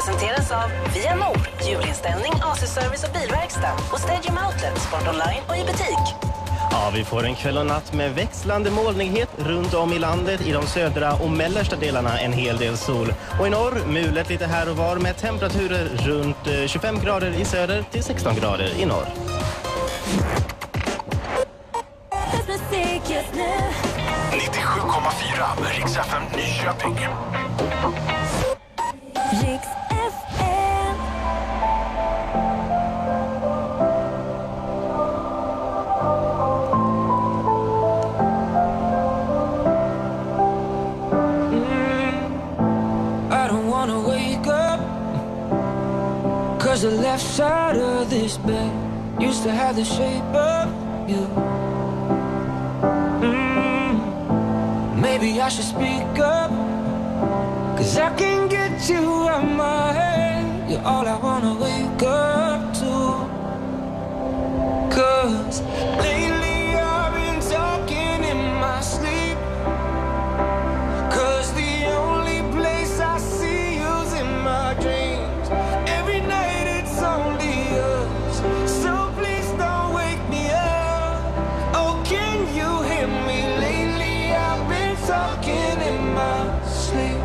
presenteras av Via Nord, hjulinställning, AC-service och bilverkstad och Stadium Outlet, sport online och i butik. Ja, vi får en kväll och natt med växlande molnighet runt om i landet. I de södra och mellersta delarna en hel del sol. Och i norr mulet lite här och var med temperaturer runt 25 grader i söder till 16 grader i norr. 97,4 med Rix FM Nyköping. Rix FM. I don't wanna wake up, 'cause the left side of this bed used to have the shape of you. Maybe I should speak up, 'cause I can't get you out my head. You're all I wanna wake up to. 'Cause lately I've been talking in my sleep. 'Cause the only place I see you's in my dreams. Every night it's only us. So please don't wake me up. Oh, can you hear me? Lately I've been talking in my sleep.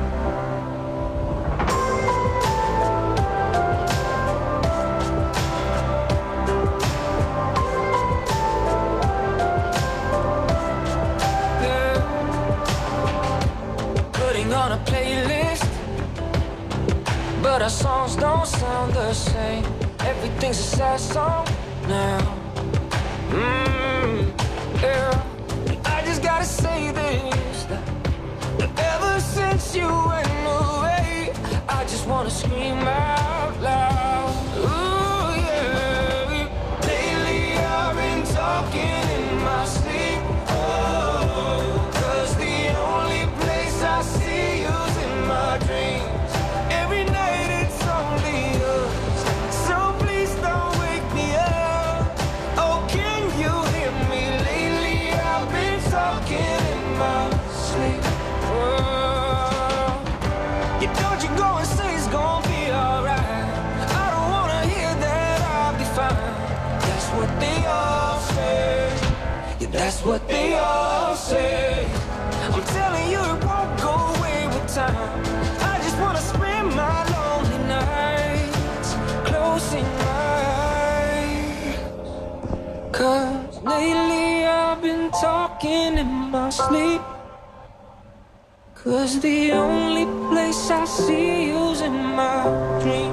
Yeah. Putting on a playlist, but our songs don't sound the same. Everything's a sad song now. Yeah. I just gotta say this, that ever since you went away, I just wanna scream out loud. Ooh, yeah. Lately I've been talking in my sleep. Oh, 'cause the only place I see you's in my dreams. Every night it's only us. So please don't wake me up. Oh, can you hear me? Lately I've been talking in my sleep. Oh, you don't you go and say it's gonna be alright. I don't wanna hear that I'll be fine. That's what they all say. Yeah, that's what they all say. I'm telling you it won't go away with time. I just wanna spend my lonely nights closing my eyes. 'Cause lately I've been talking in my sleep. 'Cause the only place I see you's in my dream.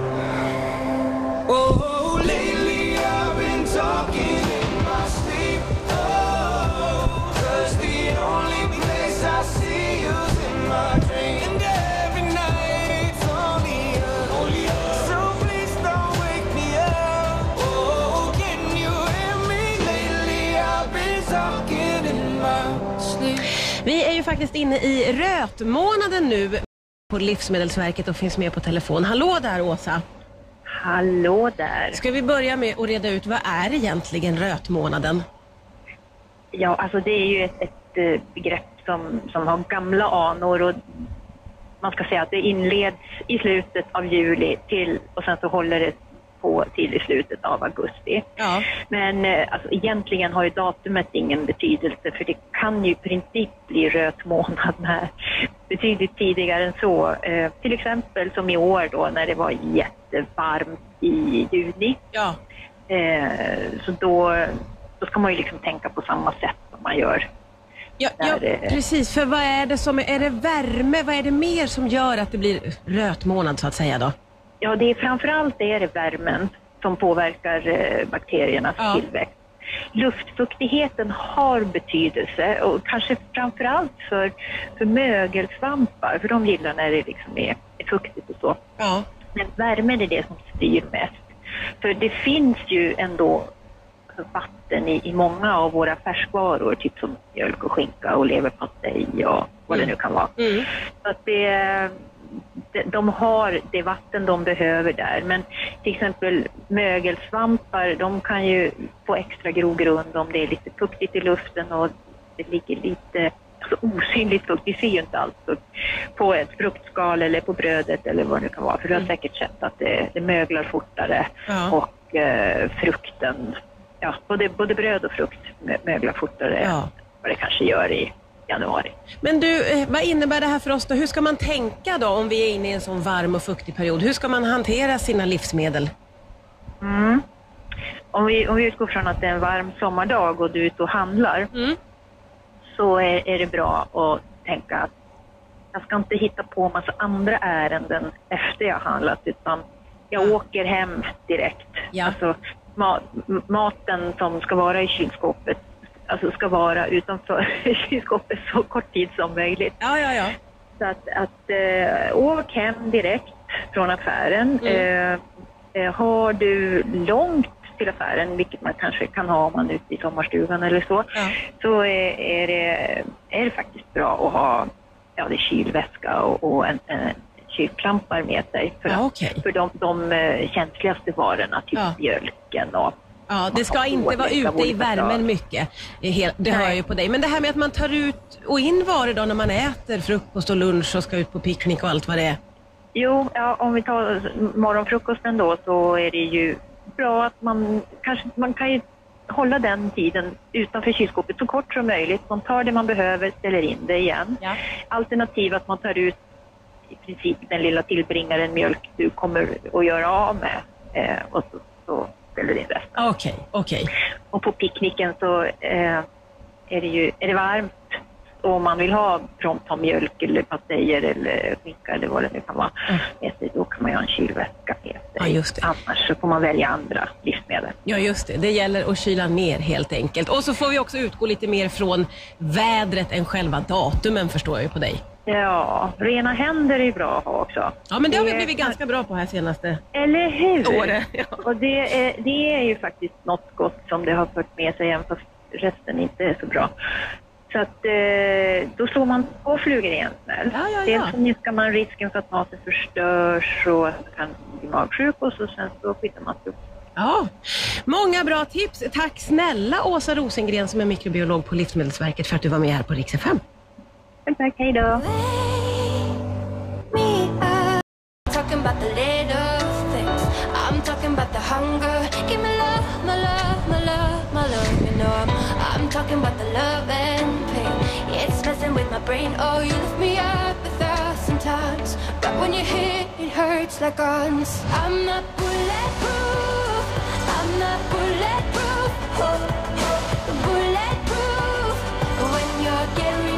Oh, lately I've been talking in my sleep. Oh, 'cause the only place I see you's in my dream. And every night it's only us. So please don't wake me up. Oh, can you hear me? Lately I've been talking in my sleep. Vi är ju faktiskt inne i rötmånaden nu på Livsmedelsverket och finns med på telefon. Hallå där, Åsa. Hallå där. Ska vi börja med att reda ut, vad är egentligen rötmånaden? Ja, alltså det är ju ett begrepp som har gamla anor, och man ska säga att det inleds i slutet av juli och sen så håller det på till i slutet av augusti. Ja. Men alltså, egentligen har ju datumet ingen betydelse, för det kan ju i princip bli röt månad med betydligt tidigare än så. Till exempel som i år då, när det var jättevarmt i juni. Ja. Så då ska man ju liksom tänka på samma sätt som man gör. Ja, precis. För vad är det som är det värme? Vad är det mer som gör att det blir röt månad så att säga då? Ja, det är framförallt värmen som påverkar bakteriernas tillväxt. Luftfuktigheten har betydelse, och kanske framförallt för mögelsvampar, för de gillar när det liksom är fuktigt och så. Ja. Men värmen är det som styr mest. För det finns ju ändå vatten i många av våra färskvaror, typ som mjölk och skinka och leverpastej och vad det nu kan vara. Så att de har det vatten de behöver där. Men till exempel mögelsvampar, de kan ju få extra grogrund om det är lite fuktigt i luften och det ligger lite alltså osynligt fukt. Vi ser ju inte allt på ett fruktskal eller på brödet eller vad det kan vara. För du har säkert sett att det möglar fortare och frukten, både bröd och frukt möglar fortare vad det kanske gör i januari. Men du, vad innebär det här för oss då? Hur ska man tänka då om vi är inne i en sån varm och fuktig period? Hur ska man hantera sina livsmedel? Om vi utgår från att det är en varm sommardag och du är ute och handlar, så är det bra att tänka att jag ska inte hitta på massa andra ärenden efter jag handlat, utan jag åker hem direkt. Alltså, maten som ska vara i kylskåpet, alltså ska vara utanför kylskåpet så kort tid som möjligt. Så att åk hem direkt från affären. Har du långt till affären, vilket man kanske kan ha om man är ute i sommarstugan eller så är det faktiskt bra att ha det kylväska och en kylklampar med sig för de känsligaste varorna, typ mjölken och det ska inte vara ute i värmen mycket. Det hör jag ju på dig. Men det här med att man tar ut och in varor då när man äter frukost och lunch och ska ut på picknick och allt vad det är. Jo, om vi tar morgonfrukosten då, så är det ju bra att man kan ju hålla den tiden utanför kylskåpet så kort som möjligt. Man tar det man behöver, ställer in det igen. Alternativ att man tar ut i princip den lilla tillbringaren mjölk du kommer att göra av med och så ställer in resten. Okej. Och på picknicken så är det varmt. Om man vill ha mjölk eller pastejer eller skinka eller vad det nu kan vara med sig, då kan man ju ha en kylväska med sig. Annars så får man välja andra livsmedel. Ja, just det. Det gäller att kyla ner helt enkelt. Och så får vi också utgå lite mer från vädret än själva datumen, förstår jag ju på dig. Ja, rena händer är bra att ha också. Ja, men det har vi blivit ganska bra på här senaste eller hur? Året. Och det är ju faktiskt något gott som det har fört med sig, även fast resten inte är så bra. Så att då slår man på flugor igen. Dels så minskar man risken för att maten förstörs och kan bli magsjuk, och så sen så skyddar man upp. Ja, många bra tips. Tack snälla Åsa Rosengren som är mikrobiolog på Livsmedelsverket för att du var med här på Rix FM. Tack, hej då. Talking about the little things. I'm talking about the hunger. Give me love, my love, my love, my love. You know I'm talking about the love and pain. It's messing with my brain. Oh, you lift me up 1,000 times, but when you hit, it hurts like guns. I'm not bulletproof. I'm not bulletproof. Bulletproof. When you're getting